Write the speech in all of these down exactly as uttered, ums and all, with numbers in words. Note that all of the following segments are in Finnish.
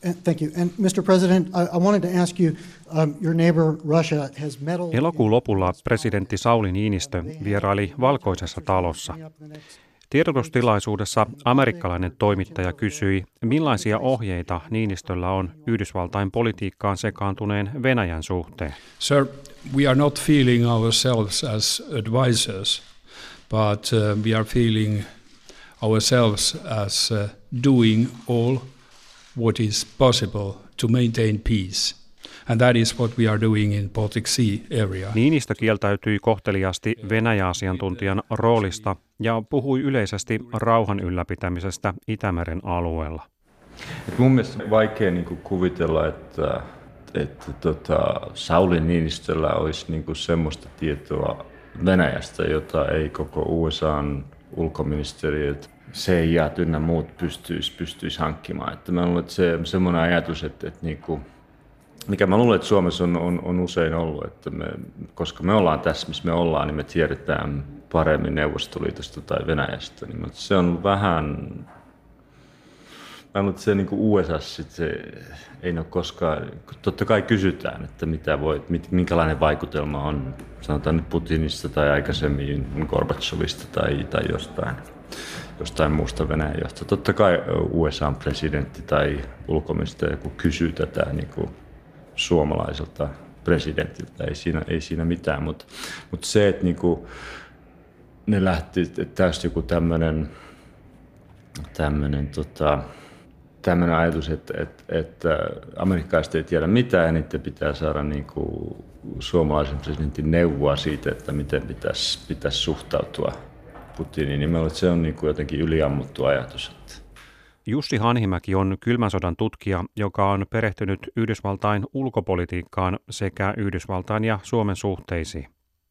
Thank you. And mister President, I, I wanted to ask you, um, your neighbor Russia has meddled... Elokuun lopulla presidentti Sauli Niinistö vieraili Valkoisessa talossa. Tiedotustilaisuudessa amerikkalainen toimittaja kysyi, millaisia ohjeita Niinistöllä on Yhdysvaltain politiikkaan sekaantuneen Venäjän suhteen. Sir, we are not feeling ourselves as advisors, but uh, we are feeling ourselves as uh, doing all what is possible to maintain peace. And that is what we are doing in Baltic Sea area. Niinistö kieltäytyi kohteliaasti Venäjä-asiantuntijan roolista ja puhui yleisesti rauhan ylläpitämisestä Itämeren alueella. Et mun mielestä on vaikea niinku kuvitella, että, että tota, Sauli Niinistöllä olisi niinku semmoista tietoa Venäjästä, jota ei koko U S A:n ulkoministeriöt, C I A ynnä muut pystyisi, pystyisi hankkimaan. Että mä luulen, että se semmoinen ajatus, että, että niinku, mikä mä luulen, että Suomessa on, on, on usein ollut, että me, koska me ollaan tässä, missä me ollaan, niin me tiedetään paremmin Neuvostoliitosta tai Venäjästä. Niin se on vähän, mä luulen, että se niin kuin U S A:ssa se ei ole koskaan, totta kai kysytään, että mitä voi, minkälainen vaikutelma on, sanotaan nyt Putinista tai aikaisemmin Gorbachevista tai, tai jostain. jostain muusta Venäjän johtoa. Totta kai U S A:n presidentti tai ulkoministeri, kun kysyy tätä niin kuin suomalaiselta presidentiltä, ei siinä, ei siinä mitään, mutta mut se, että niin kuin ne lähti, että täysin joku tämmöinen tämmöinen tota, tämmöinen ajatus, että, että, että amerikkalaiset ei tiedä mitään ja niiden pitää saada niin kuin suomalaisen presidentin neuvoa siitä, että miten pitäisi, pitäisi suhtautua Putiniin, niin että se on niin kuin jotenkin yliammuttu ajatus. Jussi Hanhimäki on kylmän sodan tutkija, joka on perehtynyt Yhdysvaltain ulkopolitiikkaan sekä Yhdysvaltain ja Suomen suhteisiin.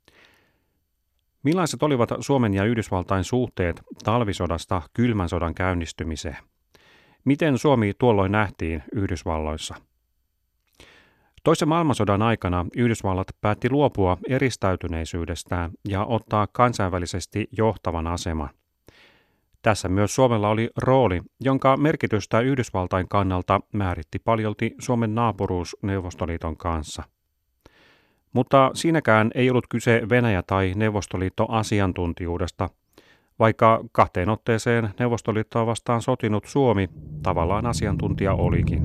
Millaiset olivat Suomen ja Yhdysvaltain suhteet talvisodasta kylmän sodan käynnistymiseen? Miten Suomi tuolloin nähtiin Yhdysvalloissa? Toisen maailmansodan aikana Yhdysvallat päätti luopua eristäytyneisyydestään ja ottaa kansainvälisesti johtavan aseman. Tässä myös Suomella oli rooli, jonka merkitystä Yhdysvaltain kannalta määritti paljolti Suomen naapuruus Neuvostoliiton kanssa. Mutta siinäkään ei ollut kyse Venäjä- tai Neuvostoliitto-asiantuntijuudesta, vaikka kahteen otteeseen Neuvostoliittoa vastaan sotinut Suomi tavallaan asiantuntija olikin.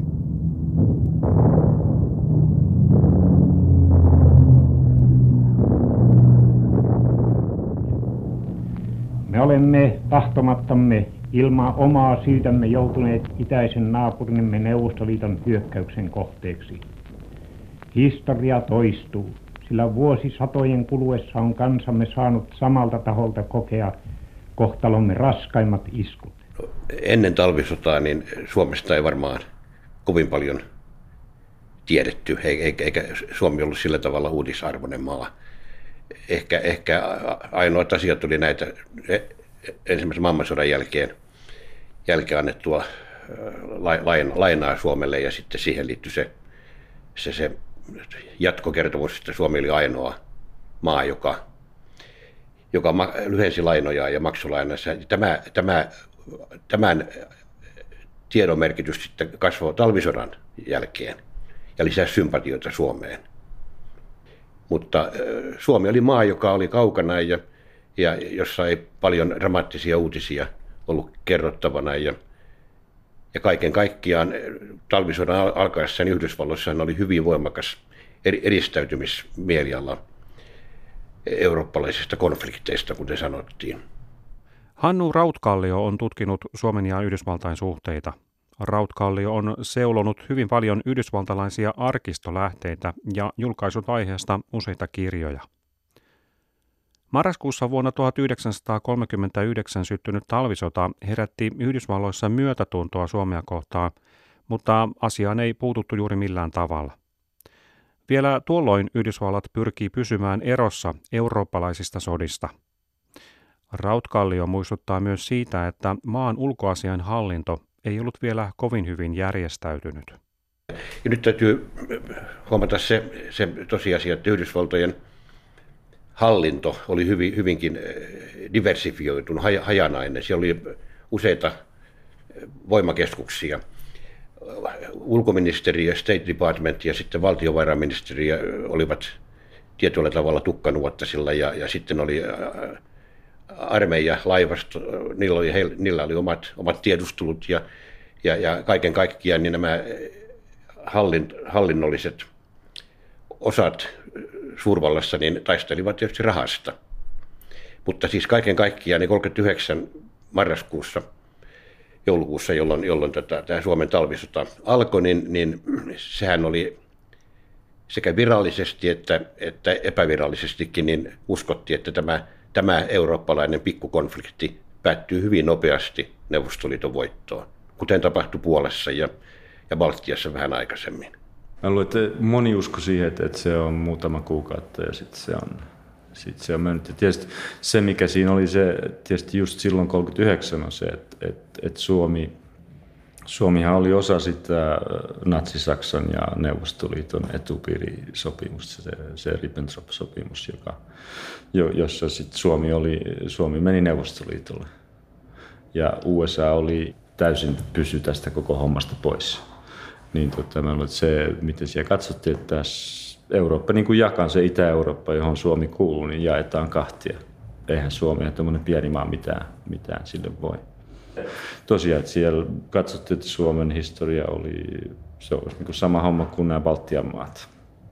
Me olemme tahtomattamme ilman omaa syytämme joutuneet itäisen naapurimme Neuvostoliiton hyökkäyksen kohteeksi. Historia toistuu, sillä vuosisatojen kuluessa on kansamme saanut samalta taholta kokea kohtalomme raskaimmat iskut. Ennen talvisotaa niin Suomesta ei varmaan kovin paljon tiedetty, eikä Suomi ollut sillä tavalla uudisarvoinen maa. Ehkä, ehkä ainoat asiat oli näitä ensimmäisen maailmansodan jälkeen, jälkeen annettua lainaa Suomelle ja sitten siihen liittyi se, se, se jatkokertomus, että Suomi oli ainoa maa, joka, joka lyhensi lainoja ja maksulainansa. Tämä, tämä, tämän tiedon merkitys sitten kasvoi talvisodan jälkeen ja lisäsi sympatioita Suomeen. Mutta Suomi oli maa, joka oli kaukana ja, ja jossa ei paljon dramaattisia uutisia ollut kerrottavana. Ja, ja kaiken kaikkiaan talvisodan alkaessa Yhdysvalloissa oli hyvin voimakas eristäytymismieliala eurooppalaisista konflikteista, kuten sanottiin. Hannu Rautkallio on tutkinut Suomen ja Yhdysvaltain suhteita. Rautkallio on seulonut hyvin paljon yhdysvaltalaisia arkistolähteitä ja julkaisut aiheesta useita kirjoja. Marraskuussa vuonna tuhatyhdeksänsataakolmekymmentäyhdeksän syttynyt talvisota herätti Yhdysvalloissa myötätuntoa Suomea kohtaan, mutta asiaan ei puututtu juuri millään tavalla. Vielä tuolloin Yhdysvallat pyrkii pysymään erossa eurooppalaisista sodista. Rautkallio muistuttaa myös siitä, että maan ulkoasiain hallinto ei ollut vielä kovin hyvin järjestäytynyt. Ja nyt täytyy huomata se, se tosiasia, että Yhdysvaltojen hallinto oli hyvin, hyvinkin diversifioitunut, hajanainen. Siellä oli useita voimakeskuksia. ulkoministeriö, State Department ja sitten valtiovarainministeriö olivat tietyllä tavalla tukkanuottasilla ja, ja sitten oli armeija, laivasto, niillä oli, heillä, niillä oli omat, omat tiedustelut ja, ja, ja kaiken kaikkiaan niin nämä hallin, hallinnolliset osat suurvallassa niin taistelivat tietysti rahasta. Mutta siis kaiken kaikkiaan niin kolmekymmentäyhdeksän marraskuussa, joulukuussa, jolloin, jolloin tätä, tämä Suomen talvisota alkoi, niin, niin sehän oli sekä virallisesti että, että epävirallisestikin niin uskottiin, että tämä, tämä eurooppalainen pikkukonflikti päättyy hyvin nopeasti Neuvostoliiton voittoon, kuten tapahtui Puolassa ja, ja Baltiassa vähän aikaisemmin. Mä luulen, että moni usko siihen, että, että se on muutama kuukautta ja sitten se on, sit se on mennyt. Ja tietysti se, mikä siinä oli se, tietysti just silloin kolmekymmentäyhdeksän on se, että, että, että Suomi, Suomihan oli osa sitä Natsi-Saksan ja Neuvostoliiton etupiirisopimusta, se, se Ribbentrop-sopimus, joka, jossa sit Suomi, oli, Suomi meni Neuvostoliitolle. Ja U S A oli täysin pysy tästä koko hommasta pois. Niin tota, mä luulen, että se, miten siellä katsottiin, että tässä Eurooppa niin kuin jakaa se Itä-Eurooppa, johon Suomi kuuluu, niin jaetaan kahtia. Eihän Suomi ja tämmöinen pieni maa mitään, mitään sille voi. Tosiaan, että siellä katsottiin, että Suomen historia oli, se olisi niin kuin sama homma kuin nämä Baltian maat.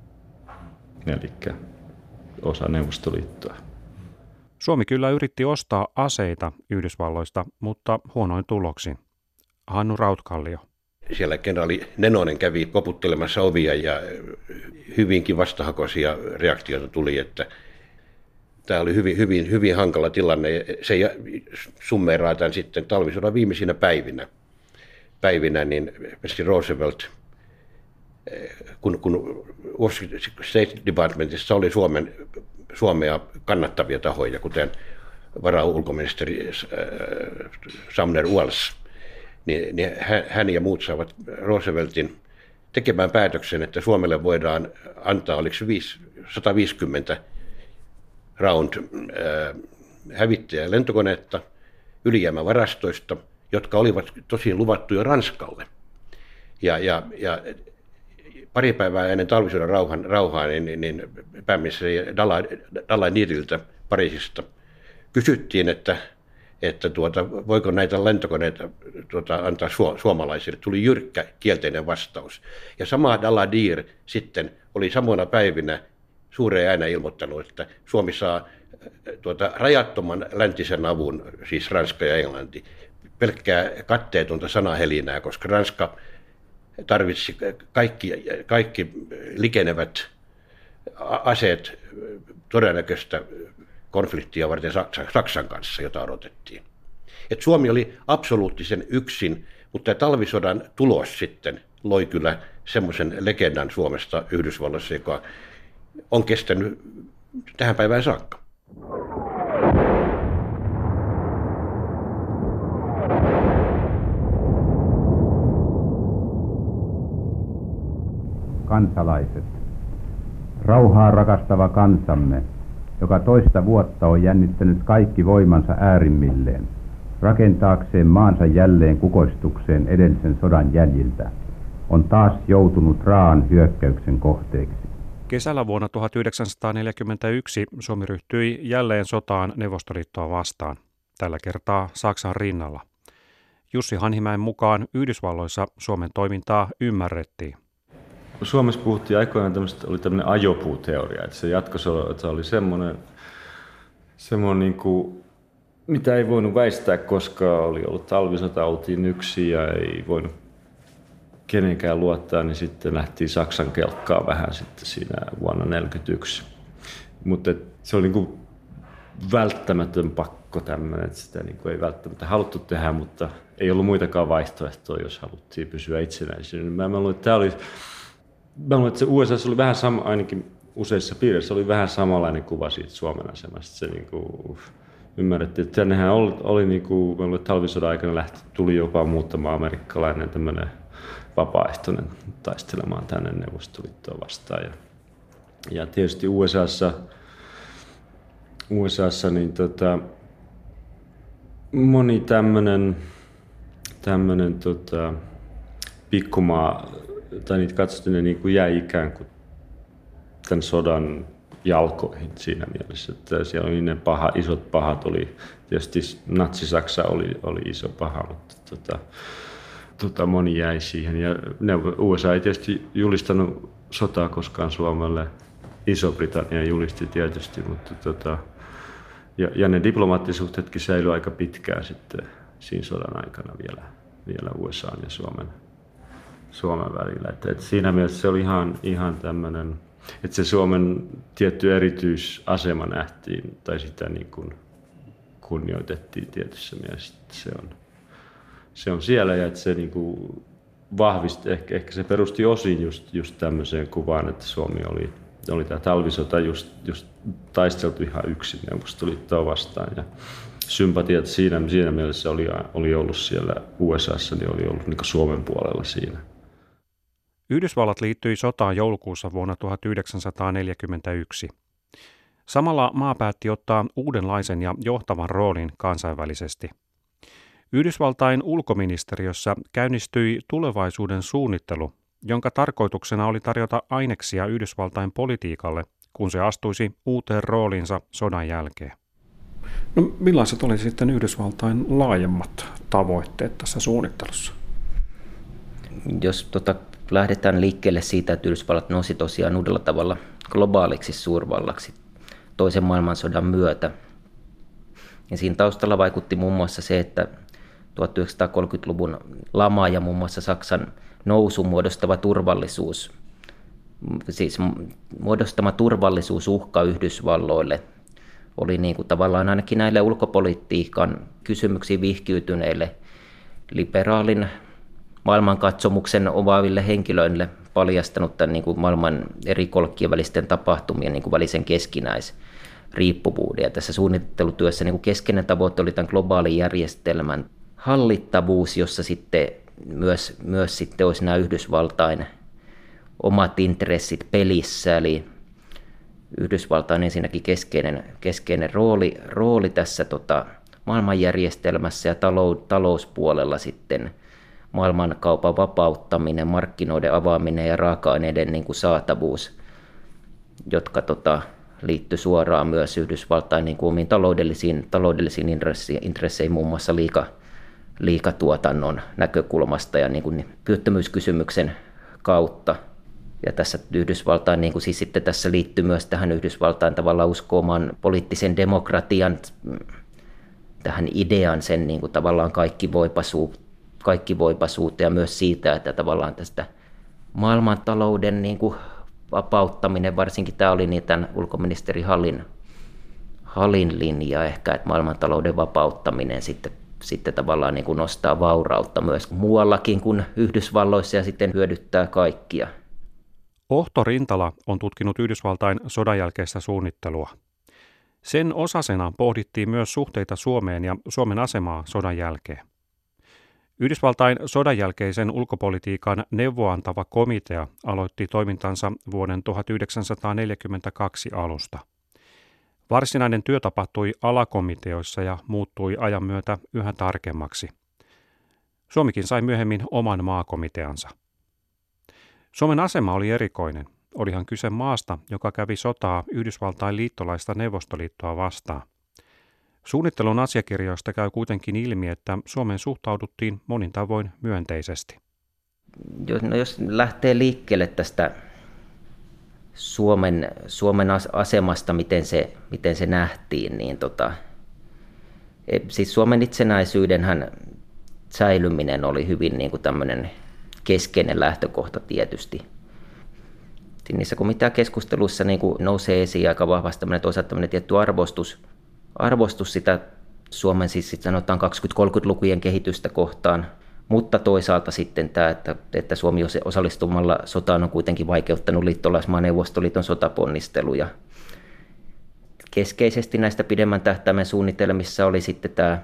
Eli osa Neuvostoliittoa. Suomi kyllä yritti ostaa aseita Yhdysvalloista, mutta huonoin tuloksin. Hannu Rautkallio. Siellä kenraali Nenonen kävi koputtelemassa ovia ja hyvinkin vastahakoisia reaktioita tuli, että tämä oli hyvin, hyvin, hyvin hankala tilanne. Se summeeraa tämän sitten talvisodan viimeisinä päivinä. Päivinä niin Roosevelt, kun, kun State Departmentissa oli Suomen, Suomea kannattavia tahoja, kuten varaulkoministeri Sumner Welles, niin, niin hän ja muut saavat Rooseveltin tekemään päätöksen, että Suomelle voidaan antaa, oliko se sata viisikymmentä round äh, hävittäjä- ja lentokoneetta ylijäämävarastoista, jotka olivat tosi luvattuja Ranskalle. Ja, ja, ja pari päivää ennen talvisodan rauhan, rauhaa niin, niin pääministeri Dallagnidiltä Pariisista kysyttiin, että että tuota, voiko näitä lentokoneita tuota, antaa su- suomalaisille. Tuli jyrkkä kielteinen vastaus. Ja sama Daladier sitten oli samoina päivinä suureen ääneen ilmoittanut, että Suomi saa tuota, rajattoman läntisen avun, siis Ranska ja Englanti, pelkkää katteetonta sanahelinää, koska Ranska tarvitsi kaikki, kaikki likenevät aseet todennäköistä konfliktia varten Saksan kanssa, jota odotettiin. Et Suomi oli absoluuttisen yksin, mutta talvisodan tulos sitten loi kyllä semmoisen legendan Suomesta Yhdysvalloissa, joka on kestänyt tähän päivään saakka. Kansalaiset, rauhaa rakastava kansamme, joka toista vuotta on jännittänyt kaikki voimansa äärimmilleen, rakentaakseen maansa jälleen kukoistukseen edellisen sodan jäljiltä, on taas joutunut raaan hyökkäyksen kohteeksi. Kesällä vuonna tuhatyhdeksänsataaneljäkymmentäyksi Suomi ryhtyi jälleen sotaan Neuvostoliittoa vastaan, tällä kertaa Saksan rinnalla. Jussi Hanhimäen mukaan Yhdysvalloissa Suomen toimintaa ymmärrettiin. Suomessa puhuttiin aikoinaan tämmöistä, oli tämmöinen ajopuuteoria, että se jatkossa oli semmoinen, semmoinen niin kuin, mitä ei voinut väistää, koska oli ollut talvisota, oltiin yksin ja ei voinut kenenkään luottaa, niin sitten lähtiin Saksan kelkkaa vähän sitten siinä vuonna tuhatyhdeksänsataaneljäkymmentäyksi. Mutta se oli niin kuin välttämätön pakko tämmöinen, että sitä niin kuin ei välttämättä haluttu tehdä, mutta ei ollut muitakaan vaihtoehtoja, jos haluttiin pysyä itsenäisenä. Mä luulen, että tämä oli Mä luulen, että se U S A oli vähän sama, ainakin useissa piirissä oli vähän samanlainen kuva siitä Suomen asemasta. Se niin kuin ymmärrettiin, että tännehän oli, oli niin kuin, mä luulen, että talvisodan aikana lähti, tuli jopa muutama amerikkalainen tämmöinen vapaaehtoinen taistelemaan tänne Neuvostoliittoa vastaan. Ja, ja tietysti U S A:ssa, U S A:ssa niin tota, moni tämmöinen, tämmöinen tota, pikkumaa, tai niitä katsottiin, ne niin kuin jäi ikään kuin tämän sodan jalkoihin siinä mielessä, että siellä oli ne paha, isot pahat, oli tietysti Natsi-Saksa oli, oli iso paha, mutta tota, tota moni jäi siihen. Ja ne, U S A ei tietysti julistanut sotaa koskaan Suomelle, Iso-Britannia julisti tietysti, mutta tota, ja, ja ne diplomaattisuhteetkin säilyi aika pitkään sitten siinä sodan aikana vielä, vielä U S A ja Suomen, Suomen välillä. Et, et siinä mielessä se oli ihan, ihan tämmöinen, että se Suomen tietty erityisasema nähtiin tai sitä niin kuin kunnioitettiin tietyssä mielessä. Se on, se on siellä ja että se niin kuin vahvisti, ehkä, ehkä se perusti osin just, just tämmöiseen kuvaan, että Suomi oli, oli tämä talvisota just, just taisteltu ihan yksin Neuvostoliittoa vastaan ja sympatiat siinä, siinä mielessä oli, oli ollut siellä U S A:ssa, niin oli ollut niin kuin Suomen puolella siinä. Yhdysvallat liittyi sotaan joulukuussa vuonna tuhatyhdeksänsataaneljäkymmentäyksi. Samalla maa päätti ottaa uudenlaisen ja johtavan roolin kansainvälisesti. Yhdysvaltain ulkoministeriössä käynnistyi tulevaisuuden suunnittelu, jonka tarkoituksena oli tarjota aineksia Yhdysvaltain politiikalle, kun se astuisi uuteen rooliinsa sodan jälkeen. No, millaiset oli sitten Yhdysvaltain laajemmat tavoitteet tässä suunnittelussa? Jos tota, lähdetään liikkeelle siitä, että Yhdysvallat nousi tosiaan uudella tavalla globaaliksi suurvallaksi toisen maailmansodan myötä. Ja siinä taustalla vaikutti muun muassa se, että tuhatyhdeksänsataakolmekymmentäluvun lama ja muun muassa Saksan nousu muodostava turvallisuus, siis muodostama turvallisuusuhka Yhdysvalloille oli niin kuin tavallaan ainakin näille ulkopolitiikan kysymyksiin vihkiytyneille liberaalin maailmankatsomuksen omaaville henkilöille paljastanut tämän niin kuin maailman eri kolkkien välisten tapahtumien niin kuin välisen keskinäisriippuvuuden. Ja tässä suunnittelutyössä niin kuin keskeinen tavoite oli tämän globaalin järjestelmän hallittavuus, jossa sitten myös, myös sitten olisi nämä Yhdysvaltain omat intressit pelissä, eli Yhdysvaltain ensinnäkin keskeinen, keskeinen rooli, rooli tässä tota, maailmanjärjestelmässä ja talou, talouspuolella sitten maailmankaupan vapauttaminen, markkinoiden avaaminen ja raaka-aineiden niin kuin saatavuus, jotka tota, liittyy suoraan myös Yhdysvaltain niin kuin omiin taloudellisiin, taloudellisiin intresseihin, muun muassa liika, liikatuotannon näkökulmasta ja niin kuin työttömyyskysymyksen kautta. Ja tässä Yhdysvaltain, niin kuin siis sitten tässä liittyy myös tähän Yhdysvaltain tavallaan uskomaan poliittisen demokratian, tähän idean sen niin kuin tavallaan kaikkivoipaisuuteen, kaikkivoipaisuutta ja myös siitä, että tavallaan tästä maailmantalouden niin kuin vapauttaminen, varsinkin tämä oli niin tämän ulkoministeri Hallin, Hallin linja ehkä, että maailmantalouden vapauttaminen sitten, sitten tavallaan niin kuin nostaa vaurautta myös muuallakin kuin Yhdysvalloissa ja sitten hyödyttää kaikkia. Ohto Rintala on tutkinut Yhdysvaltain sodan jälkeistä suunnittelua. Sen osasena pohdittiin myös suhteita Suomeen ja Suomen asemaa sodan jälkeen. Yhdysvaltain sodan jälkeisen ulkopolitiikan neuvoantava komitea aloitti toimintansa vuoden tuhatyhdeksänsataaneljäkymmentäkaksi alusta. Varsinainen työ tapahtui alakomiteoissa ja muuttui ajan myötä yhä tarkemmaksi. Suomikin sai myöhemmin oman maakomiteansa. Suomen asema oli erikoinen. Olihan kyse maasta, joka kävi sotaa Yhdysvaltain liittolaista Neuvostoliittoa vastaan. Suunnittelun asiakirjoista käy kuitenkin ilmi, että Suomeen suhtauduttiin monin tavoin myönteisesti. No jos lähtee liikkeelle tästä Suomen, Suomen asemasta, miten se, miten se nähtiin, niin tota, siis Suomen itsenäisyydenhän säilyminen oli hyvin niin kuin tämmöinen keskeinen lähtökohta tietysti. Niissä kun mitään keskusteluissa niin kuin nousee esiin aika vahvasti tämmöinen, toisaalta tämmöinen tietty arvostus, arvostus sitä Suomen siis sit sanotaan kaksikymmentä-kolmekymmentälukujen kehitystä kohtaan, mutta toisaalta sitten tämä, että, että Suomi osallistumalla sotaan on kuitenkin vaikeuttanut liittolaismaan Neuvostoliiton sotaponnisteluja. Keskeisesti näistä pidemmän tähtäimen suunnitelmissa oli sitten tämä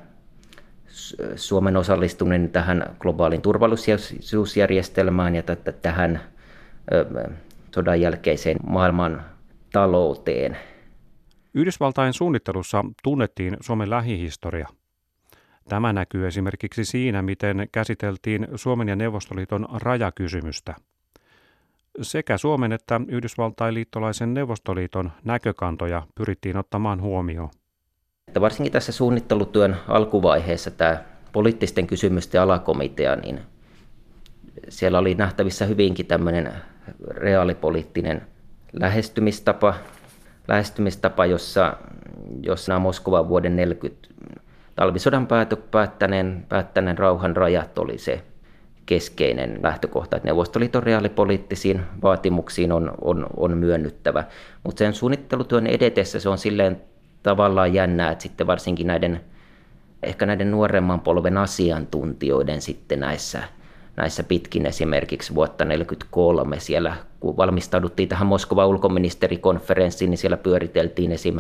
Suomen osallistuminen tähän globaalin turvallisuusjärjestelmään ja t- tähän ö, sodan jälkeiseen maailman talouteen. Yhdysvaltain suunnittelussa tunnettiin Suomen lähihistoria. Tämä näkyy esimerkiksi siinä, miten käsiteltiin Suomen ja Neuvostoliiton rajakysymystä. Sekä Suomen että Yhdysvaltain liittolaisen Neuvostoliiton näkökantoja pyrittiin ottamaan huomioon. Että varsinkin tässä suunnittelutyön alkuvaiheessa tämä poliittisten kysymysten alakomitea, niin siellä oli nähtävissä hyvinkin tämmöinen reaalipoliittinen lähestymistapa, lähestymistapa jossa, jossa Moskovan vuoden neljäkymmentä talvisodan päättäneen, päättäneen rauhan rajat oli se keskeinen lähtökohta, että Neuvostoliiton reaalipoliittisiin vaatimuksiin on, on, on myönnyttävä. Mutta sen suunnittelutyön edetessä se on silleen tavallaan jännää, että sitten varsinkin näiden, ehkä näiden nuoremman polven asiantuntijoiden sitten näissä, näissä pitkin esimerkiksi vuotta tuhatyhdeksänsataaneljäkymmentäkolme siellä, kun valmistauduttiin tähän Moskovan ulkoministerikonferenssiin, niin siellä pyöriteltiin esim.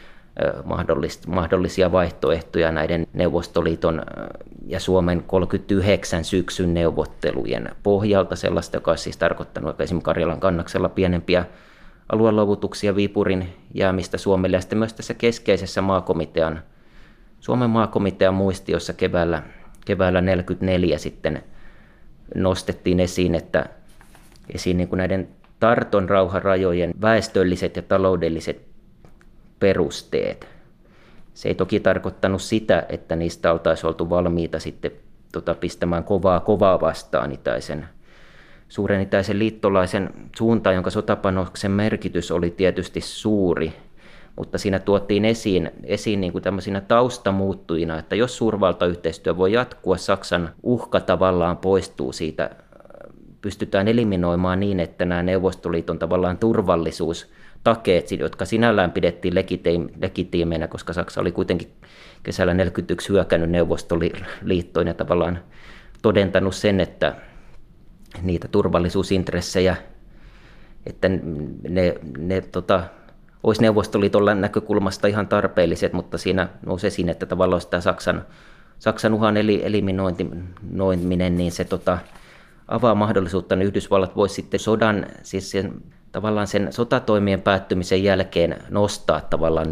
mahdollisia vaihtoehtoja näiden Neuvostoliiton ja Suomen kolmekymmentäyhdeksän syksyn neuvottelujen pohjalta, sellaista, joka olisi siis tarkoittanut esimerkiksi Karjalan kannaksella pienempiä alueluovutuksia, Viipurin jäämistä Suomelle, ja sitten myös tässä keskeisessä maakomitean, Suomen maakomitean muistiossa keväällä, keväällä tuhatyhdeksänsataaneljäkymmentäneljä sitten nostettiin esiin, että esiin niin kuin näiden Tarton rauharajojen väestölliset ja taloudelliset perusteet. Se ei toki tarkoittanut sitä, että niistä oltaisiin oltu valmiita sitten tota, pistämään kovaa kovaa vastaan itäisen, suuren itäisen liittolaisen suuntaan, jonka sotapanoksen merkitys oli tietysti suuri, mutta siinä tuotiin esiin, esiin niin kuin tämmöisinä taustamuuttujina, että jos suurvaltayhteistyö voi jatkua, Saksan uhka tavallaan poistuu siitä, pystytään eliminoimaan niin, että nämä Neuvostoliiton tavallaan turvallisuustakeet, jotka sinällään pidettiin legitiimeinä, koska Saksa oli kuitenkin kesällä tuhatyhdeksänsataaneljäkymmentäyksi hyökännyt Neuvostoliittoon ja tavallaan todentanut sen, että niitä turvallisuusintressejä, että ne, ne tota, olisi Neuvostoliiton näkökulmasta ihan tarpeelliset, mutta siinä nousi esiin, että tavallaan sitä Saksan, Saksan uhan eliminoiminen, niin se tota, avaa mahdollisuutta, niin Yhdysvallat voisi sitten sodan, siis sen, tavallaan sen sotatoimien päättymisen jälkeen nostaa tavallaan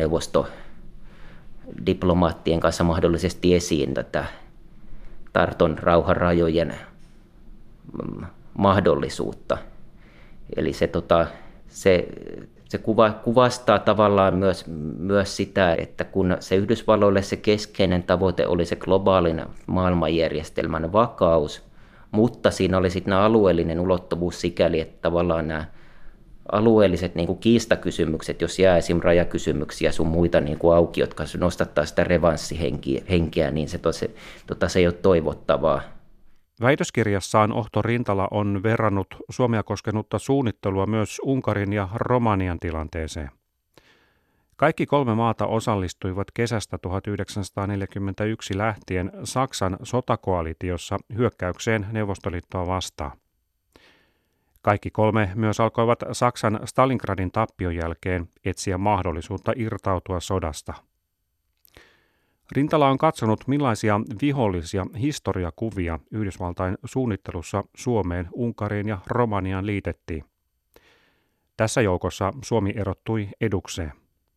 neuvostodiplomaattien kanssa mahdollisesti esiin tätä Tarton rauharajojen mahdollisuutta. Eli se, tota, se, se kuva, kuvastaa tavallaan myös, myös sitä, että kun se Yhdysvalloille se keskeinen tavoite oli se globaalin maailmanjärjestelmän vakaus, mutta siinä oli sitten nämä alueellinen ulottuvuus sikäli, että tavallaan nämä alueelliset niin kuin kiistakysymykset, jos jää esim. Rajakysymyksiä sun muita niin kuin auki, jotka nostattaa sitä revanssihenkeä, niin se, se, tota, se ei ole toivottavaa. Väitöskirjassaan Ohto Rintala on verrannut Suomea koskenutta suunnittelua myös Unkarin ja Romanian tilanteeseen. Kaikki kolme maata osallistuivat kesästä tuhatyhdeksänsataaneljäkymmentäyksi lähtien Saksan sotakoalitiossa hyökkäykseen Neuvostoliittoa vastaan. Kaikki kolme myös alkoivat Saksan Stalingradin tappion jälkeen etsiä mahdollisuutta irtautua sodasta. Rintala on katsonut, millaisia vihollisia historiakuvia Yhdysvaltain suunnittelussa Suomeen, Unkariin ja Romaniaan liitettiin. Tässä joukossa Suomi erottui edukseen.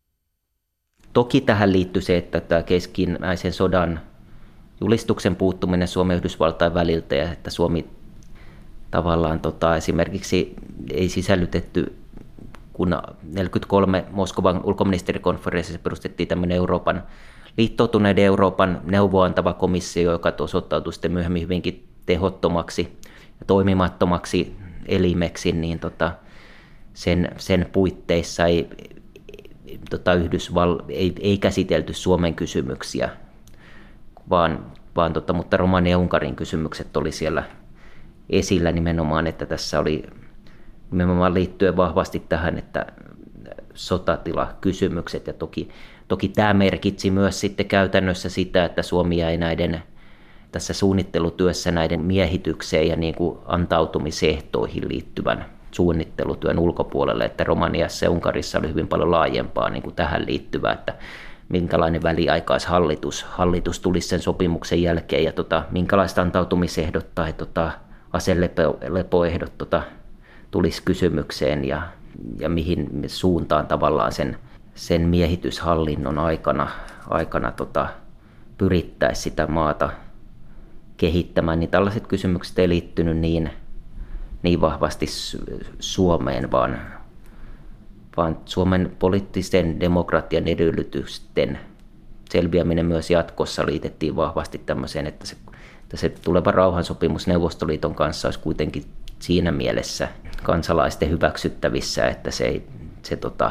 Toki tähän liittyy se, että tämä keskinäisen sodan julistuksen puuttuminen Suomen ja Yhdysvaltain väliltä ja että Suomi tavallaan tota, esimerkiksi ei sisällytetty, kun tuhatyhdeksänsataaneljäkymmentäkolme Moskovan ulkoministerikonferenssissa perustettiin tämmöinen Euroopan liittoutuneiden Euroopan neuvoantava komissio, joka osoittautui sitten myöhemmin hyvinkin tehottomaksi ja toimimattomaksi elimeksi, niin tota, sen, sen puitteissa ei, tota, Yhdysval, ei, ei käsitelty Suomen kysymyksiä, vaan, vaan tota, mutta Romanian ja Unkarin kysymykset oli siellä esillä nimenomaan, että tässä oli nimenomaan liittyen vahvasti tähän, että sotatilakysymykset ja toki, toki tämä merkitsi myös sitten käytännössä sitä, että Suomi jäi näiden tässä suunnittelutyössä näiden miehitykseen ja niin kuin antautumisehtoihin liittyvän suunnittelutyön ulkopuolelle, että Romaniassa ja Unkarissa oli hyvin paljon laajempaa niin kuin tähän liittyvää, että minkälainen väliaikaishallitus hallitus tulisi sen sopimuksen jälkeen ja tota, minkälaista antautumisehdot tai tota, aselepoehdot tota, tulisi kysymykseen ja, ja mihin suuntaan tavallaan sen, sen miehityshallinnon aikana, aikana tota, pyrittäisiin sitä maata kehittämään, niin tällaiset kysymykset ei liittynyt niin, niin vahvasti Suomeen, vaan, vaan Suomen poliittisen demokratian edellytysten selviäminen myös jatkossa liitettiin vahvasti tämmöiseen, että se, että se tuleva rauhansopimus Neuvostoliiton kanssa olisi kuitenkin siinä mielessä kansalaisten hyväksyttävissä, että se, ei, se tota,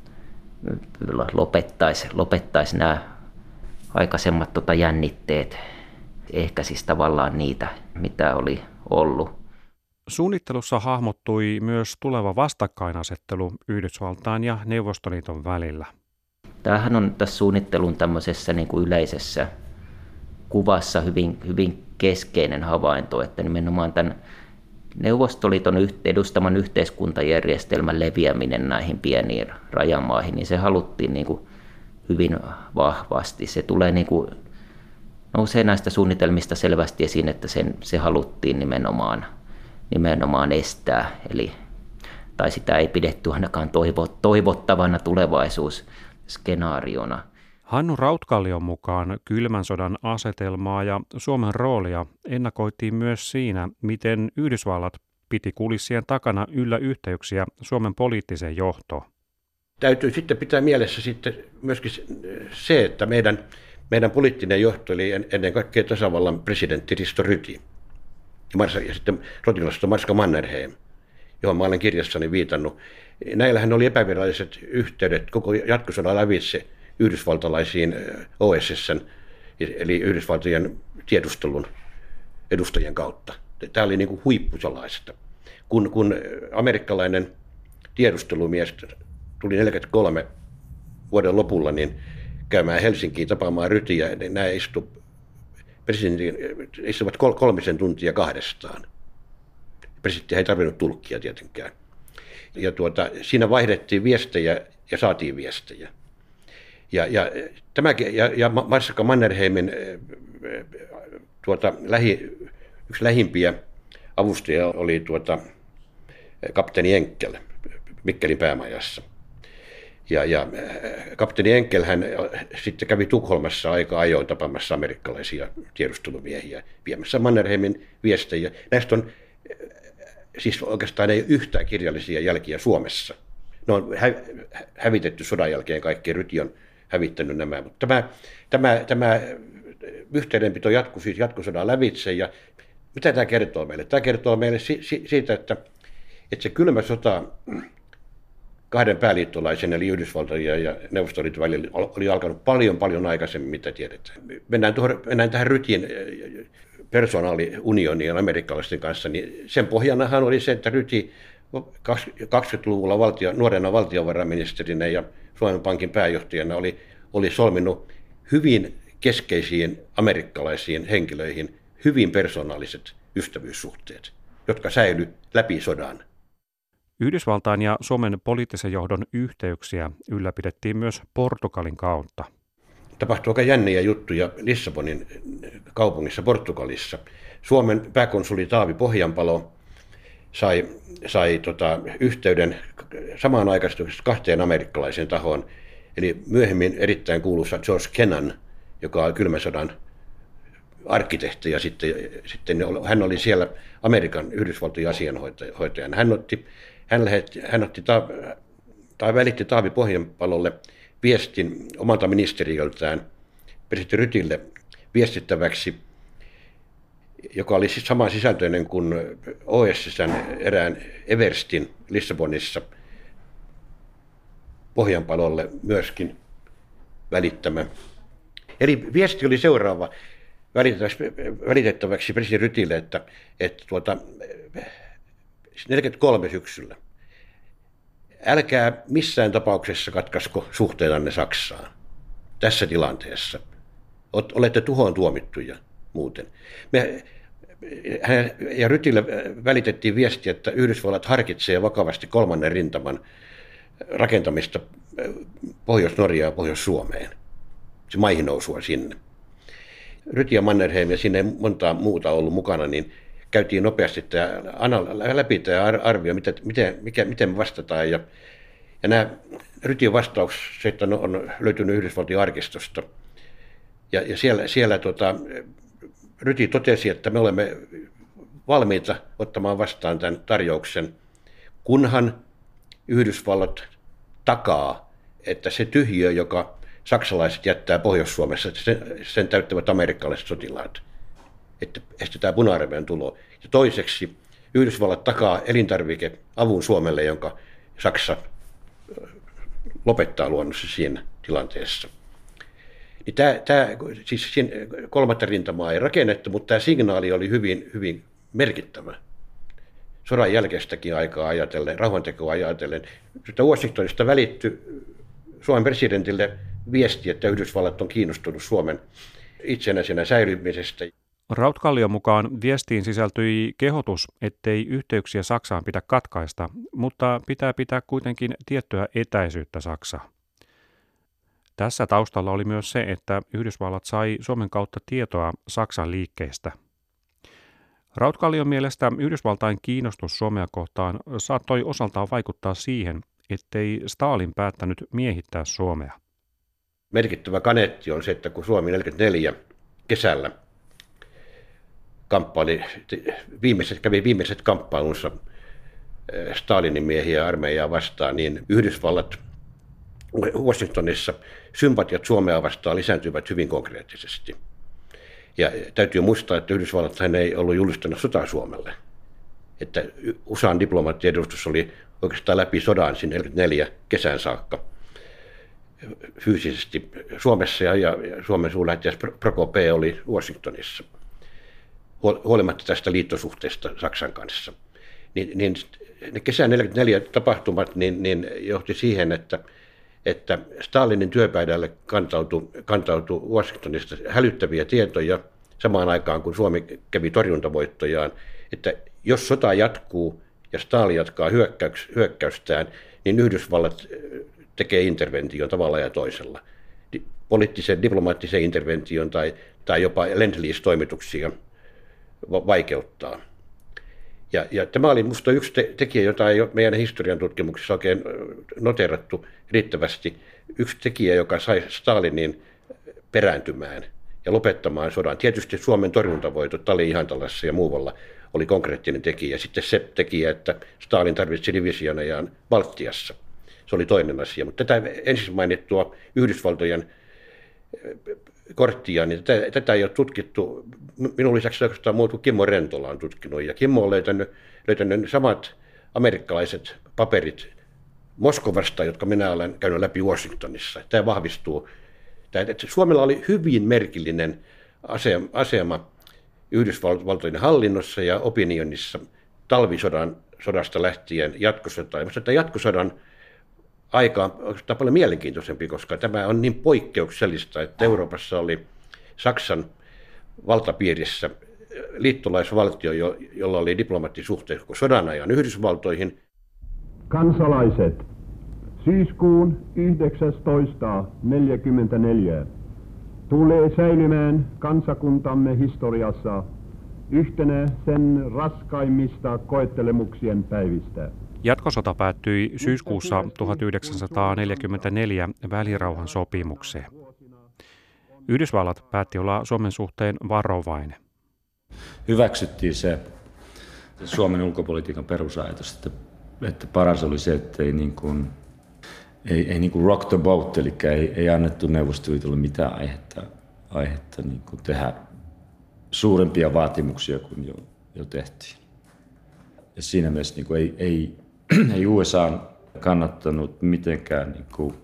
lopettaisi, lopettaisi nämä aikaisemmat tota, jännitteet, ehkä siis tavallaan niitä, mitä oli ollut. Suunnittelussa hahmottui myös tuleva vastakkainasettelu Yhdysvaltain ja Neuvostoliiton välillä. Tämähän on tässä suunnittelun tämmöisessä niin kuin yleisessä kuvassa hyvin, hyvin keskeinen havainto, että nimenomaan tämän Neuvostoliiton edustaman yhteiskuntajärjestelmän leviäminen näihin pieniin rajamaihin, niin se haluttiin niin kuin hyvin vahvasti. Se tulee niin kuin, nousee näistä suunnitelmista selvästi esiin, että sen, se haluttiin nimenomaan, nimenomaan estää, eli, tai sitä ei pidetty ainakaan toivo, toivottavana tulevaisuusskenaariona. Hannu Rautkallion mukaan kylmän sodan asetelmaa ja Suomen roolia ennakoitiin myös siinä, miten Yhdysvallat piti kulissien takana yllä yhteyksiä Suomen poliittiseen johtoon. Täytyy sitten pitää mielessä sitten myöskin se, että meidän, meidän poliittinen johto oli ennen kaikkea tasavallan presidentti Risto Ryti ja sitten sotilasto Marska Mannerheim, johon mä olen kirjassani viitannut. Näillähän oli epäviralliset yhteydet koko jatkosodan lävitse yhdysvaltalaisiin O S S:n, eli Yhdysvaltojen tiedustelun edustajien kautta. Tämä oli niin kuin huippusalaista. Kun, kun amerikkalainen tiedustelumies tuli neljäkymmentäkolme vuoden lopulla niin käymään Helsinkiin tapaamaan Rytiä, niin nämä istu, presidentin, istuvat kol, kolmisen tuntia kahdestaan. Presidentti ei tarvinnut tulkkia tietenkään. Ja tuota, siinä vaihdettiin viestejä ja saatiin viestejä. Ja, ja, tämäkin, ja, ja Marska Mannerheimin tuota, lähi, yksi lähimpiä avustajia oli tuota, kapteeni Enkel Mikkelin päämajassa. Ja, ja kapteeni Enkel hän sitten kävi Tukholmassa aika ajoin tapaamassa amerikkalaisia tiedustelumiehiä viemässä Mannerheimin viestejä. Näistä on siis oikeastaan ei yhtään kirjallisia jälkiä Suomessa. Ne on hä- hävitetty sodan jälkeen, kaikki Ryti on hävittänyt nämä. Mutta tämä, tämä, tämä yhteydenpito jatkui siis jatkosodan lävitse. Ja mitä tämä kertoo meille? Tämä kertoo meille si- si- siitä, että, että se kylmä sota kahden pääliittolaisen, eli Yhdysvaltojen ja Neuvostoliiton välillä, oli alkanut paljon, paljon aikaisemmin, mitä tiedetään. Mennään, tuohon, mennään tähän Rytin personaaliunioniin amerikkalaisten kanssa, niin sen pohjanahan oli se, että Ryti kaksikymmentäluvulla valtio, nuorena valtiovarainministerinä ja Suomen Pankin pääjohtajana oli, oli solminut hyvin keskeisiin amerikkalaisiin henkilöihin hyvin persoonalliset ystävyyssuhteet, jotka säilyi läpi sodan. Yhdysvaltain ja Suomen poliittisen johdon yhteyksiä ylläpidettiin myös Portugalin kautta. Tapahtui aika jänniä juttuja Lissabonin kaupungissa Portugalissa. Suomen pääkonsuli Taavi Pohjanpalo sai, sai tota, yhteyden samaan aikaisesti kahteen amerikkalaiseen tahoon, eli myöhemmin erittäin kuuluisa George Kennan, joka on kylmän sodan arkkitehti, ja sitten, sitten hän oli siellä Amerikan Yhdysvaltojen asianhoitajana. Hän otti, hän lähetti, hän otti ta, tai välitti Taavi Pohjanpalolle viestin omalta ministeriöltään presidentti Rytille viestittäväksi, joka oli siis saman sisältöinen kuin O S S:n erään Everstin Lissabonissa Pohjanpalolle myöskin välittämä. Eli viesti oli seuraava välitettäväksi presidentti Rytille, että, että tuota, neljäkymmentäkolme syksyllä älkää missään tapauksessa katkasko suhteitanne Saksaan tässä tilanteessa. Olette tuhoon tuomittuja muuten. Me, hän, ja Rytille välitettiin viesti, että Yhdysvallat harkitsee vakavasti kolmannen rintaman rakentamista Pohjois-Norjaan ja Pohjois-Suomeen. Se maihin nousua sinne. Ryti ja Mannerheim ja sinne ei montaa muuta ollut mukana, niin käytiin nopeasti tämä, läpi tämä arvio, miten, miten, mikä, miten me vastataan. Ja, ja nämä Rytin vastaukset on löytynyt Yhdysvaltojen arkistosta. Ja, ja siellä, siellä tota, Ryti totesi, että me olemme valmiita ottamaan vastaan tämän tarjouksen, kunhan Yhdysvallat takaa, että se tyhjiö, joka saksalaiset jättää Pohjois-Suomessa, että sen, sen täyttävät amerikkalaiset sotilaat, että estetään puna-armeijan tulo. Ja toiseksi Yhdysvallat takaa elintarvikeavun Suomelle, jonka Saksa lopettaa luonnossa siinä tilanteessa. Niin tämä, tämä, siis kolmatta rintamaa ei rakennettu, mutta tämä signaali oli hyvin, hyvin merkittävä. Sodan jälkeistäkin aikaa ajatellen, rauhantekoa ajatellen. Washingtonista välittyi Suomen presidentille viesti, että Yhdysvallat on kiinnostunut Suomen itsenäisenä säilymisestä. Rautkallion mukaan viestiin sisältyi kehotus, ettei yhteyksiä Saksaan pidä katkaista, mutta pitää pitää kuitenkin tiettyä etäisyyttä Saksaan. Tässä taustalla oli myös se, että Yhdysvallat sai Suomen kautta tietoa Saksan liikkeistä. Rautkallion mielestä Yhdysvaltain kiinnostus Suomea kohtaan saattoi osaltaan vaikuttaa siihen, ettei Stalin päättänyt miehittää Suomea. Merkittävä kaneetti on se, että kun Suomi neljäkymmentäneljä kesällä kamppaili, viimeiset, kävi viimeiset kamppailunsa Stalinin miehiä ja armeijaa vastaan, niin Yhdysvallat Washingtonissa sympatiat Suomea vastaan lisääntyivät hyvin konkreettisesti. Ja täytyy muistaa, että Yhdysvallat ei ollut julistanut sotaa Suomelle. Että U S A:n diplomaattiedustus oli oikeastaan läpi sodan sinne neljäkymmentäneljä kesään saakka fyysisesti Suomessa ja, ja Suomen suurlähettiläs Prokopé oli Washingtonissa huolimatta tästä liittosuhteesta Saksan kanssa. Niin, niin ne kesän neljäkymmentäneljä tapahtumat niin, niin johti siihen, että että Stalinin työpöydälle kantautui, kantautui Washingtonista hälyttäviä tietoja samaan aikaan, kun Suomi kävi torjuntavoittojaan, että jos sota jatkuu ja Stalin jatkaa hyökkäys, hyökkäystään, niin Yhdysvallat tekee intervention tavalla ja toisella. Poliittisen, diplomaattisen intervention tai, tai jopa Lend-Lease-toimituksia vaikeuttaa. Ja, ja tämä oli minusta yksi te- tekijä, jota ei ole meidän historian tutkimuksessa oikein noteerattu riittävästi. Yksi tekijä, joka sai Stalinin perääntymään ja lopettamaan sodan. Tietysti Suomen torjuntavoitot Tali-Ihantalassa ja muualla oli konkreettinen tekijä. Sitten se tekijä, että Stalin tarvitsi divisionejaan Baltiassa. Se oli toinen asia. Mutta tätä ensin mainittua Yhdysvaltojen korttia, niin tätä, tätä ei ole tutkittu. Minun lisäksi oikeastaan muut kuin Kimmo Rentola on tutkinut. Ja Kimmo on löytänyt, löytänyt samat amerikkalaiset paperit Moskovasta, jotka minä olen käynyt läpi Washingtonissa. Tämä vahvistuu. Tämä, että Suomella oli hyvin merkillinen asema, asema Yhdysvaltojen hallinnossa ja opinionissa talvisodan sodasta lähtien jatkosotaan. Minusta tämä jatkosodan aika on oikeastaan paljon mielenkiintoisempi, koska tämä on niin poikkeuksellista, että Euroopassa oli Saksan valtapiirissä liittolaisvaltio, jolla oli diplomaattisuhteet sodan ajan Yhdysvaltoihin. Kansalaiset, syyskuun yhdeksästoista neljäkymmentäneljä tulee säilymään kansakuntamme historiassa yhtenä sen raskaimmista koettelemuksien päivistä. Jatkosota päättyi syyskuussa tuhatyhdeksänsataaneljäkymmentäneljä välirauhan sopimukseen. Yhdysvallat päätti olla Suomen suhteen varovainen. Hyväksyttiin se Suomen ulkopolitiikan perusajatus, että, että paras oli se, että ei, niin kuin, ei, ei niin kuin rock the boat, eli ei, ei annettu Neuvostoliitolle mitään aihetta, aihetta niin kuin tehdä suurempia vaatimuksia kuin jo, jo tehtiin. Ja siinä mielessä niin kuin ei, ei, ei U S A kannattanut mitenkään niin kuin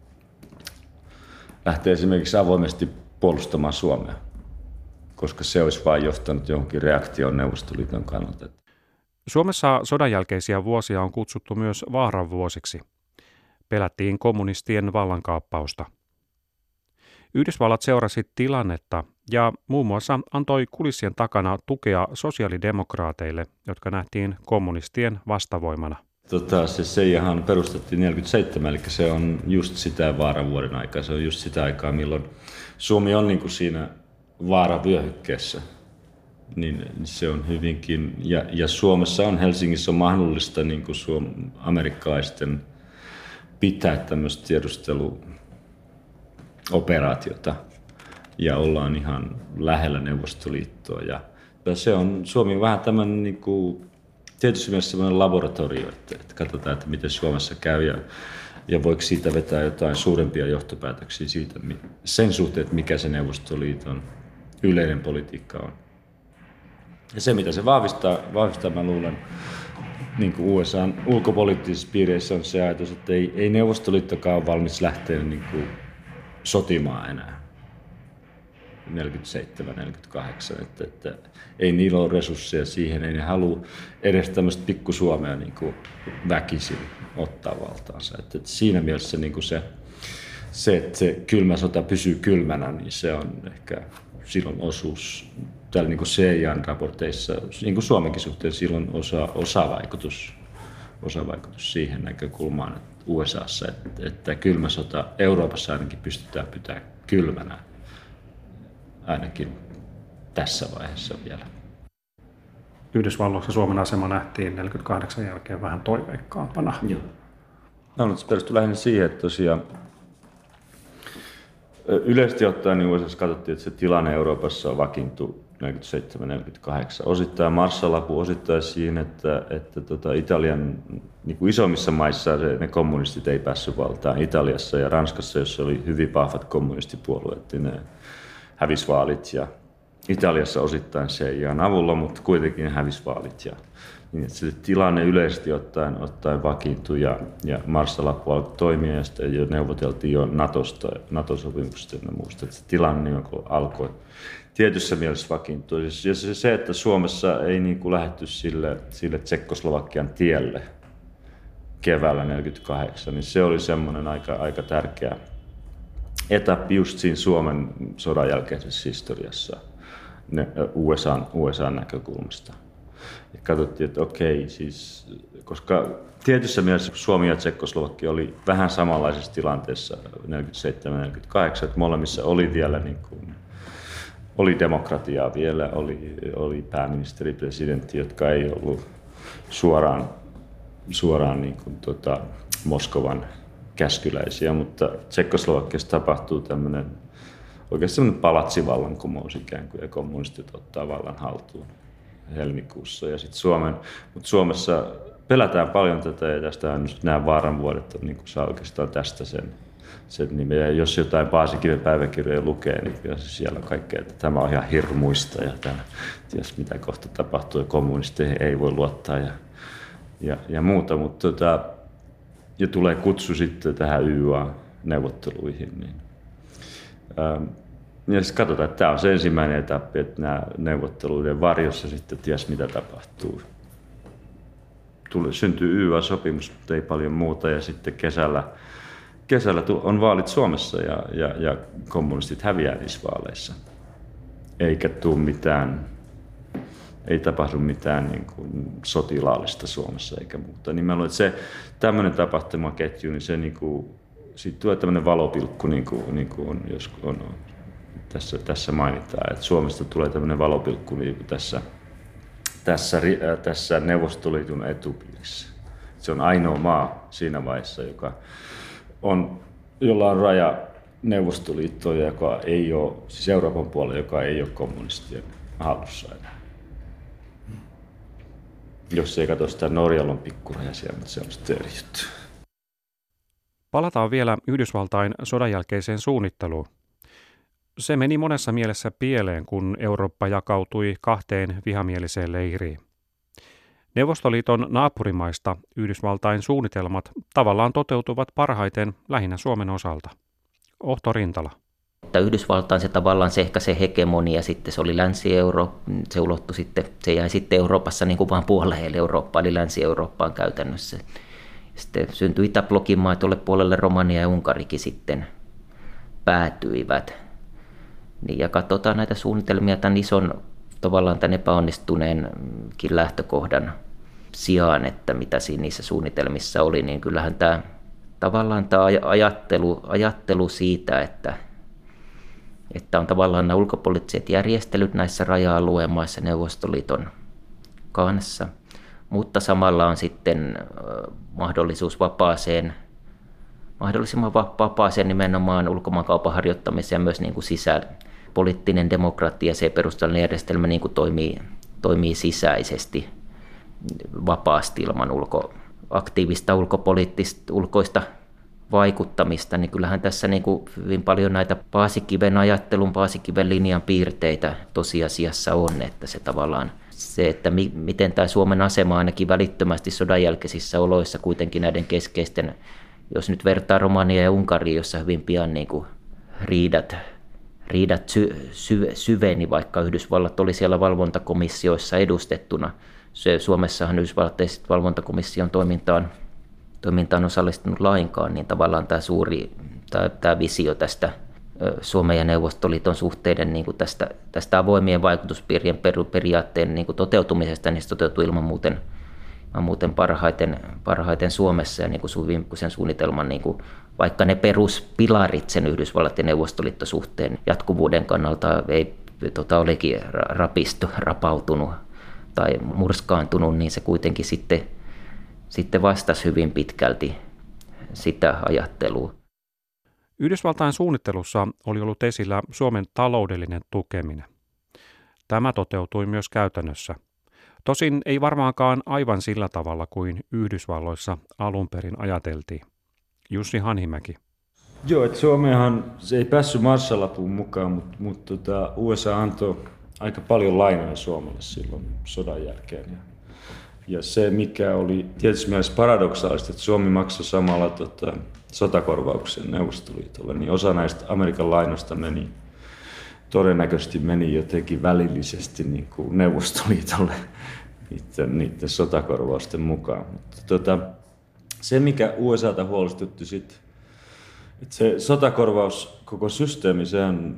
lähteä esimerkiksi avoimesti puolustamaan Suomea, koska se olisi vain johtanut johonkin reaktioon Neuvostoliiton kannalta. Suomessa sodan jälkeisiä vuosia on kutsuttu myös vaaran vuosiksi. Pelättiin kommunistien vallankaappausta. Yhdysvallat seurasi tilannetta ja muun muassa antoi kulissien takana tukea sosiaalidemokraateille, jotka nähtiin kommunistien vastavoimana. Tota, se C I A:han perustettiin neljäkymmentäseitsemän, eli se on just sitä vaaran vuoden aikaa. Se on just sitä aikaa, milloin Suomi on niin kuin siinä vaaravyöhykkeessä. Niin se on hyvinkin, ja, ja Suomessa on, Helsingissä on mahdollista niin kuin suom, amerikkalaisten pitää tämmöistä tiedusteluoperaatiota. ja ollaan ihan lähellä Neuvostoliittoa. Ja se on, Suomi on vähän tämmöinen niin kuin, tietysti myös sellainen laboratorio, että, että katsotaan, että miten Suomessa käy ja, ja voiko siitä vetää jotain suurempia johtopäätöksiä siitä, sen suhteen, että mikä se Neuvostoliiton yleinen politiikka on. Ja se, mitä se vahvistaa, vahvistaa mä luulen, niin kuin U S A:n ulkopoliittisissa piireissä on se ajatus, että ei, ei Neuvostoliittokaan ole valmis lähteä niin kuin sotimaan enää. neljäkymmentäseitsemän neljäkymmentäkahdeksan, että, että ei niillä ole resursseja siihen, ei ne halua edes tämmöistä pikkusuomea niin kuin väkisin ottaa valtaansa. Että, että siinä mielessä niin kuin se, se, että se kylmä sota pysyy kylmänä, niin se on ehkä silloin osuus, täällä niin kuin C I A:n raporteissa, niin kuin Suomenkin suhteen silloin osa, osavaikutus, osavaikutus siihen näkökulmaan että U S A:ssa, että, että kylmä sota Euroopassa ainakin pystytään pitämään kylmänä. Ainakin tässä vaiheessa vielä. Yhdysvalloissa Suomen asema nähtiin neljäkymmentäkahdeksan jälkeen vähän toiveikkaampana. Joo. No, se perustui lähinnä siihen, että tosiaan yleisesti ottaen niin U S A:ssa katsottiin, että se tilanne Euroopassa on vakiintu neljäkymmentäseitsemän neljäkymmentäkahdeksan. Osittain Marshall-apu, osittain siinä, että, että tota Italian niin kuin isommissa maissa se, ne kommunistit ei päässyt valtaan. Italiassa ja Ranskassa, jossa oli hyvin vahvat kommunistipuolueet, niin ne hävisi vaalit ja Italiassa osittain C I A:n avulla, mutta kuitenkin hävisi vaalit. Ja, niin että se tilanne yleisesti ottaen, ottaen vakiintui ja, ja Marshall-apu alkoi toimia ja sitten jo neuvoteltiin jo Natosta, NATO-sopimuksesta ja muusta. Että se tilanne niin alkoi tietyssä mielessä vakiintua. Ja se, se, että Suomessa ei niin kuin lähdetty sille, sille Tsekkoslovakian tielle keväällä neljäkymmentäkahdeksan, niin se oli semmoinen aika, aika tärkeä etappi just siinä Suomen sodan jälkeisessä historiassa U S A:n, U S A:n näkökulmasta. Ja katsottiin, että okei, siis, koska tietyssä mielessä Suomi ja Tsekkoslovakia oli vähän samanlaisessa tilanteessa neljäkymmentäseitsemän neljäkymmentäkahdeksan, että molemmissa oli vielä niin kuin, oli demokratiaa vielä, oli, oli pääministeri, presidentti, jotka ei ollut suoraan, suoraan niin kuin, tota, Moskovan käskyläisiä, mutta Tsekkoslovakiassa tapahtuu tämmöinen oikeasti semmoinen palatsivallankumous ikään kuin, ja kommunistit ottaa vallan haltuun helmikuussa. Ja sitten Suomen, mutta Suomessa pelätään paljon tätä, ja tästä nämä vaaran vuodet on, niin kuin saa oikeastaan tästä sen, sen nimen. Ja jos jotain Paasikiven päiväkirjoja lukee, niin kyllä siellä on kaikkea, että tämä on ihan hirmuista, ja tämä, ties mitä kohta tapahtuu, ja kommunisteihin ei voi luottaa, ja, ja, ja muuta, mutta tota, ja tulee kutsu sitten tähän Y A-neuvotteluihin. Niin. Ähm, ja sitten katsotaan, että tämä on se ensimmäinen etappi, että nämä neuvotteluiden varjossa sitten ties mitä tapahtuu. Tuli, syntyy Y A-sopimus, mutta ei paljon muuta, ja sitten kesällä, kesällä on vaalit Suomessa, ja, ja, ja kommunistit häviää niissä vaaleissa. Eikä tule mitään, ei tapahdu mitään niin kuin sotilaallista Suomessa eikä muuta. Niin mä luulen, että se tämmöinen tapahtumaketju, niin se niin kuin, siitä tulee tämmöinen valopilkku, niin kuin, niin kuin on, jos on, on, tässä, tässä mainitaan, että Suomesta tulee tämmöinen valopilkku niin kuin tässä, tässä, äh, tässä Neuvostoliiton etupiirissä. Se on ainoa maa siinä vaiheessa, joka on, jolla on raja Neuvostoliittoon, joka ei ole, siis Euroopan puolella, joka ei ole kommunistien hallussa enää. Jos ei katso sitä, Norjalla on pikkuraja siellä, mutta se on sitten eri juttu. Palataan vielä Yhdysvaltain sodan jälkeiseen suunnitteluun. Se meni monessa mielessä pieleen, kun Eurooppa jakautui kahteen vihamieliseen leiriin. Neuvostoliiton naapurimaista Yhdysvaltain suunnitelmat tavallaan toteutuvat parhaiten lähinnä Suomen osalta. Ohto Rintala. Yhdysvaltain se tavallaan se ehkä se hegemonia sitten, se oli Länsi-Eurooppa, se ulottui sitten, se jäi sitten Euroopassa niin kuin vaan puolelle Eurooppaa, eli Länsi-Eurooppaan käytännössä. Sitten syntyi Itäblokin maat, tuolle puolelle Romania ja Unkarikin sitten päätyivät. Niin, ja katsotaan näitä suunnitelmia tämän ison, tavallaan tämän epäonnistuneenkin lähtökohdan sijaan, että mitä siinä niissä suunnitelmissa oli, niin kyllähän tämä tavallaan tämä ajattelu, ajattelu siitä, että että on tavallaan nämä ulkopoliittiset järjestelyt näissä raja-alueen maissa Neuvostoliiton kanssa, mutta samalla on sitten mahdollisuus vapaaseen, mahdollisimman vapaaseen nimenomaan ulkomaankaupan harjoittamiseen ja myös niin kuin sisä, poliittinen demokratia, se perustuslaillinen järjestelmä niin kuin toimii, toimii sisäisesti vapaasti ilman ulko, aktiivista ulkopoliittista, ulkoista vaikuttamista, niin kyllähän tässä niin kuin hyvin paljon näitä Paasikiven ajattelun, Paasikiven linjan piirteitä tosiasiassa on, että se tavallaan se, että mi, miten tämä Suomen asema ainakin välittömästi sodan jälkeisissä oloissa kuitenkin näiden keskeisten, jos nyt vertaa Romania ja Unkariin, jossa hyvin pian niin kuin riidat, riidat sy, sy, syveni, vaikka Yhdysvallat oli siellä valvontakomissioissa edustettuna. Se, Suomessahan Yhdysvallat ei valvontakomission toimintaan toimintaan osallistunut lainkaan, niin tavallaan tämä suuri tämä, tämä visio tästä Suomen ja Neuvostoliiton suhteiden niin kuin tästä, tästä avoimien vaikutuspiirien periaatteen niin kuin toteutumisesta, niin se toteutui ilman muuten, ilman muuten parhaiten, parhaiten Suomessa ja niin kuin sen suunnitelman, niin kuin, vaikka ne peruspilarit sen Yhdysvallat ja Neuvostoliittosuhteen jatkuvuuden kannalta ei tota, olikin rapistu, rapautunut tai murskaantunut, niin se kuitenkin sitten Sitten vastasi hyvin pitkälti sitä ajattelua. Yhdysvaltain suunnittelussa oli ollut esillä Suomen taloudellinen tukeminen. Tämä toteutui myös käytännössä. Tosin ei varmaankaan aivan sillä tavalla kuin Yhdysvalloissa alun perin ajateltiin. Jussi Hanhimäki. Joo, että Suomehan se ei päässyt Marshall-apuun mukaan, mutta, mutta tota, U S A antoi aika paljon lainoja Suomelle silloin sodan jälkeen. Ja se, mikä oli tietysti mielessä paradoksaalista, että Suomi maksoi samalla tota, sotakorvauksen Neuvostoliitolle, niin osa näistä Amerikan lainoista meni, todennäköisesti meni jotenkin välillisesti niin kuin Neuvostoliitolle niiden, niiden sotakorvausten mukaan. Mutta tota, se, mikä U S A:ta huolestutti sitten, että se sotakorvaus, koko systeemi, sehän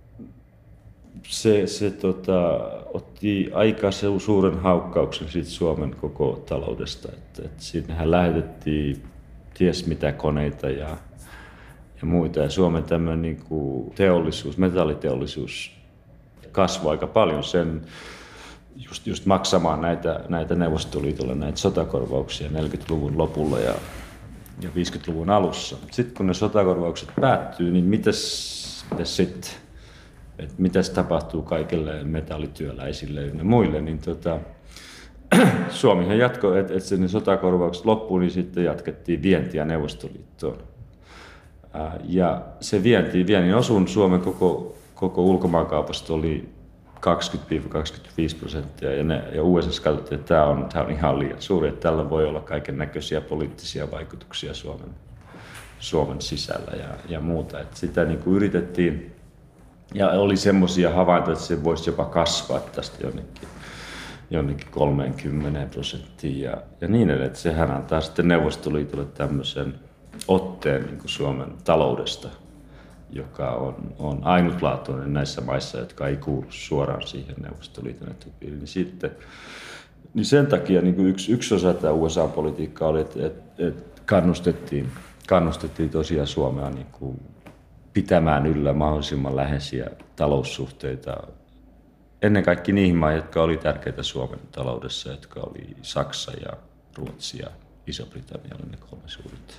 Se, se tota, otti aika suuren haukkauksen siitä Suomen koko taloudesta. Että, että sinnehän lähetettiin ties mitä koneita ja, ja muita. Ja Suomen tämmöinen niin kuin teollisuus, metalliteollisuus kasvoi aika paljon sen just, just maksamaan näitä, näitä Neuvostoliitolle näitä sotakorvauksia neljäkymmentäluvun lopulla ja, ja viisikymmentäluvun alussa. Sitten kun ne sotakorvaukset päättyy, niin mitäs, mitäs sitten? Että mitäs tapahtuu kaikille metallityöläisille ja muille, niin tota, Suomihan jatkoi, että et sen sotakorvaukset loppuun, niin sitten jatkettiin vientiä Neuvostoliittoon. Ää, ja se vienti, viennin osuun Suomen koko, koko ulkomaankaupasta oli kaksikymmentä kaksikymmentäviisi prosenttia, ja, ne, ja U S A katsottiin, että tämä on, tämä on ihan liian suuri, että tällä voi olla kaiken näköisiä poliittisia vaikutuksia Suomen, Suomen sisällä ja, ja muuta. Et sitä niin kuin yritettiin. Ja oli semmoisia havaintoja, että se voisi jopa kasvaa tästä jonnekin, jonnekin kolmekymmentä prosenttia ja, ja niin edelleen. Että sehän antaa sitten Neuvostoliitolle tämmöisen otteen niin kuin Suomen taloudesta, joka on, on ainutlaatuinen näissä maissa, jotka ei kuulu suoraan siihen Neuvostoliiton etupiiriin. Niin, sitten, niin sen takia niin kuin yksi, yksi osa tätä U S A-politiikkaa oli, että, että, että kannustettiin, kannustettiin tosiaan Suomea niin kuin pitämään yllä mahdollisimman läheisiä taloussuhteita ennen kaikkea niihin maihin, jotka oli tärkeitä Suomen taloudessa, jotka oli Saksa ja Ruotsi ja Iso-Britannia, oli ne kolme suurit.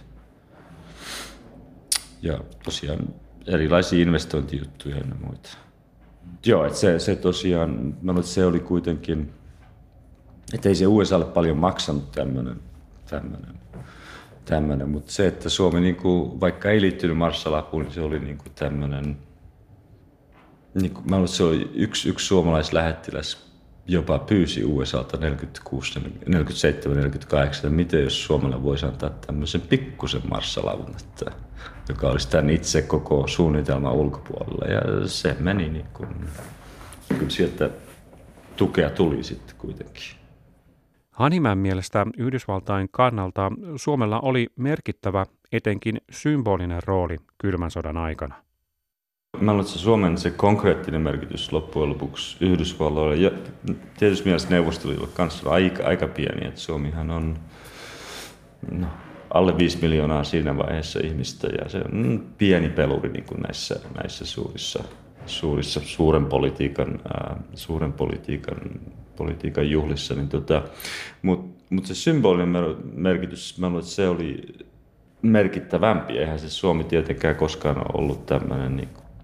Ja tosiaan erilaisia investointijuttuja ja muita. Joo, että se, se tosiaan, mä luulen, että se oli kuitenkin, että ei se U S A:lle paljon maksanut tämmöinen, tämmöinen. Tämmöinen, mutta se, että Suomi, niin kuin, vaikka ei liittynyt Marshall-apuun, niin se oli niin kuin tämmöinen, niin kuin, mä luulen, että se oli yksi, yksi suomalaislähettiläs jopa pyysi U S A:lta neljäkymmentäkuusi, neljäkymmentäseitsemän, neljäkymmentäkahdeksan, että miten jos Suomelle voisi antaa tämmöisen pikkusen Marshall-avun, että, joka olisi tämän itse koko suunnitelman ulkopuolella. Ja se meni niin kuin, kyllä sieltä tukea tuli sitten kuitenkin. Hanhimäen mielestä Yhdysvaltain kannalta Suomella oli merkittävä, etenkin symbolinen rooli kylmän sodan aikana. Mä luulen, että Suomen se konkreettinen merkitys loppujen lopuksi Yhdysvalloille ja tietysti mielessä Neuvostoliitolle kanssa on aika, aika pieni. Että Suomihan on no, alle viisi miljoonaa siinä vaiheessa ihmistä ja se on pieni peluri niin kuin näissä, näissä suurissa, suurissa suuren politiikan, ää, suuren politiikan politiikan juhlissa, niin tota, mutta mut se symbolinen merkitys, mä luulen, että se oli merkittävämpi. Eihän se Suomi tietenkään koskaan ole ollut tämmöinen niin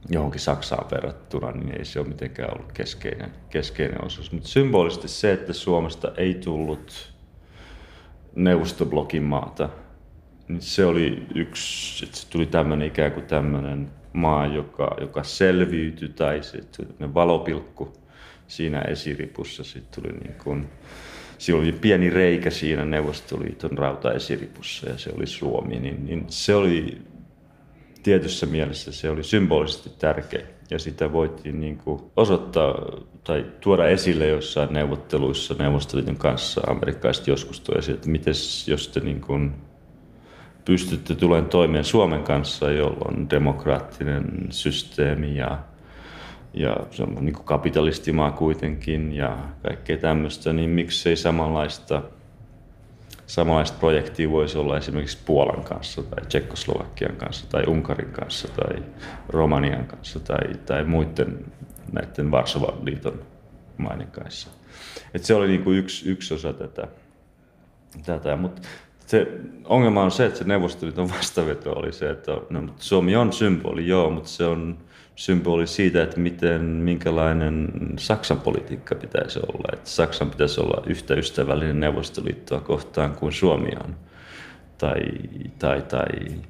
johonkin Saksaan verrattuna, niin ei se ole mitenkään ollut keskeinen, keskeinen osuus. Mutta symbolisesti se, että Suomesta ei tullut neuvostoblokin maata, niin se oli yksi, että se tuli tämmöinen ikään kuin tämmöinen maa, joka, joka selviytyi, tai se tuli valopilkku siinä esiripussa. Sitten tuli niin kuin, siinä oli pieni reikä siinä Neuvostoliiton rautaesiripussa, ja se oli Suomi, niin, niin se oli tietyssä mielessä se oli symbolisesti tärkeä, ja sitä voitiin niin kuin osoittaa tai tuoda esille jossain neuvotteluissa Neuvostoliiton kanssa. Amerikkalaiset joskus toi esille, että miten jos te niin kuin pystytte tulemaan toimeen Suomen kanssa, jolla on demokraattinen systeemi ja, ja se on niin kuin kapitalistimaa kuitenkin ja kaikkea tämmöistä, niin miksei samanlaista Samanlaista projektia voisi olla esimerkiksi Puolan kanssa tai Tšekkoslovakian kanssa tai Unkarin kanssa tai Romanian kanssa tai, tai muiden näiden Varsovan liiton maiden kanssa. Et se oli niinku yksi, yksi osa tätä. tätä. Mutta se ongelma on se, että se Neuvostoliiton vastaveto oli se, että no, Suomi on symboli, joo, mutta se on symboli siitä, että miten, minkälainen Saksan politiikka pitäisi olla. Että Saksan pitäisi olla yhtä ystävällinen Neuvostoliittoa kohtaan kuin Suomi on. Tai, tai, tai,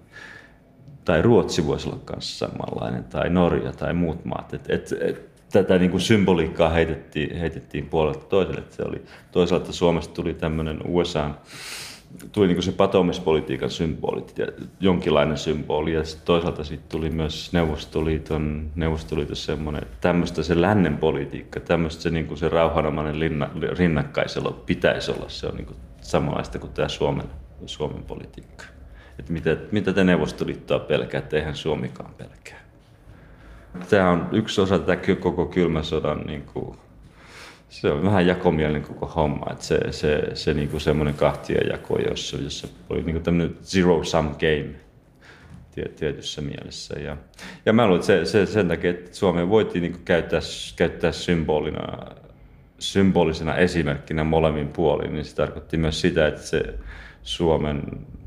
tai Ruotsi voisi olla kanssa samanlainen, tai Norja tai muut maat. Et, et, et, tätä niin kuin symboliikkaa heitettiin, heitettiin puolelta toiselle. Et se oli, toisaalta Suomesta tuli tämmöinen U S A:n tuli niin kuin se patoamispolitiikan symboli, jonkinlainen symboli, ja toisaalta sitten tuli myös Neuvostoliiton, Neuvostoliitossa semmoinen, tämmöistä se lännen politiikka, tämmöistä se, niin kuin se rauhanomainen linna, rinnakkaiselo pitäisi olla, se on niin kuin samanlaista kuin tämä Suomen, Suomen politiikka. Että mitä, mitä te Neuvostoliittoa pelkäätte, eihän Suomikaan pelkää. Tämä on yksi osa tätä koko kylmän sodan niin kuin, se on vähän jakomielinen koko homma, että se, se, se niinku semmoinen kahtiajako, jossa, jossa oli niinku tämmöinen zero-sum game tietyssä mielessä. Ja, ja mä luulen, että se, se, sen takia, että Suomea voitiin niinku käyttää, käyttää symbolina, symbolisena esimerkkinä molemmin puolin, niin se tarkoitti myös sitä, että se Suomen,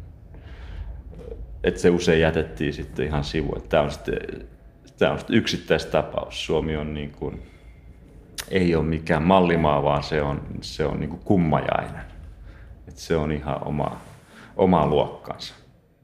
että se usein jätettiin sitten ihan sivuun. Tämä on sitten, tämä on sitten yksittäistapaus. Suomi on niin kuin, ei ole mikään mallimaa, vaan se on, se on niin kuin kummajainen. Et se on ihan oma, oma luokkansa.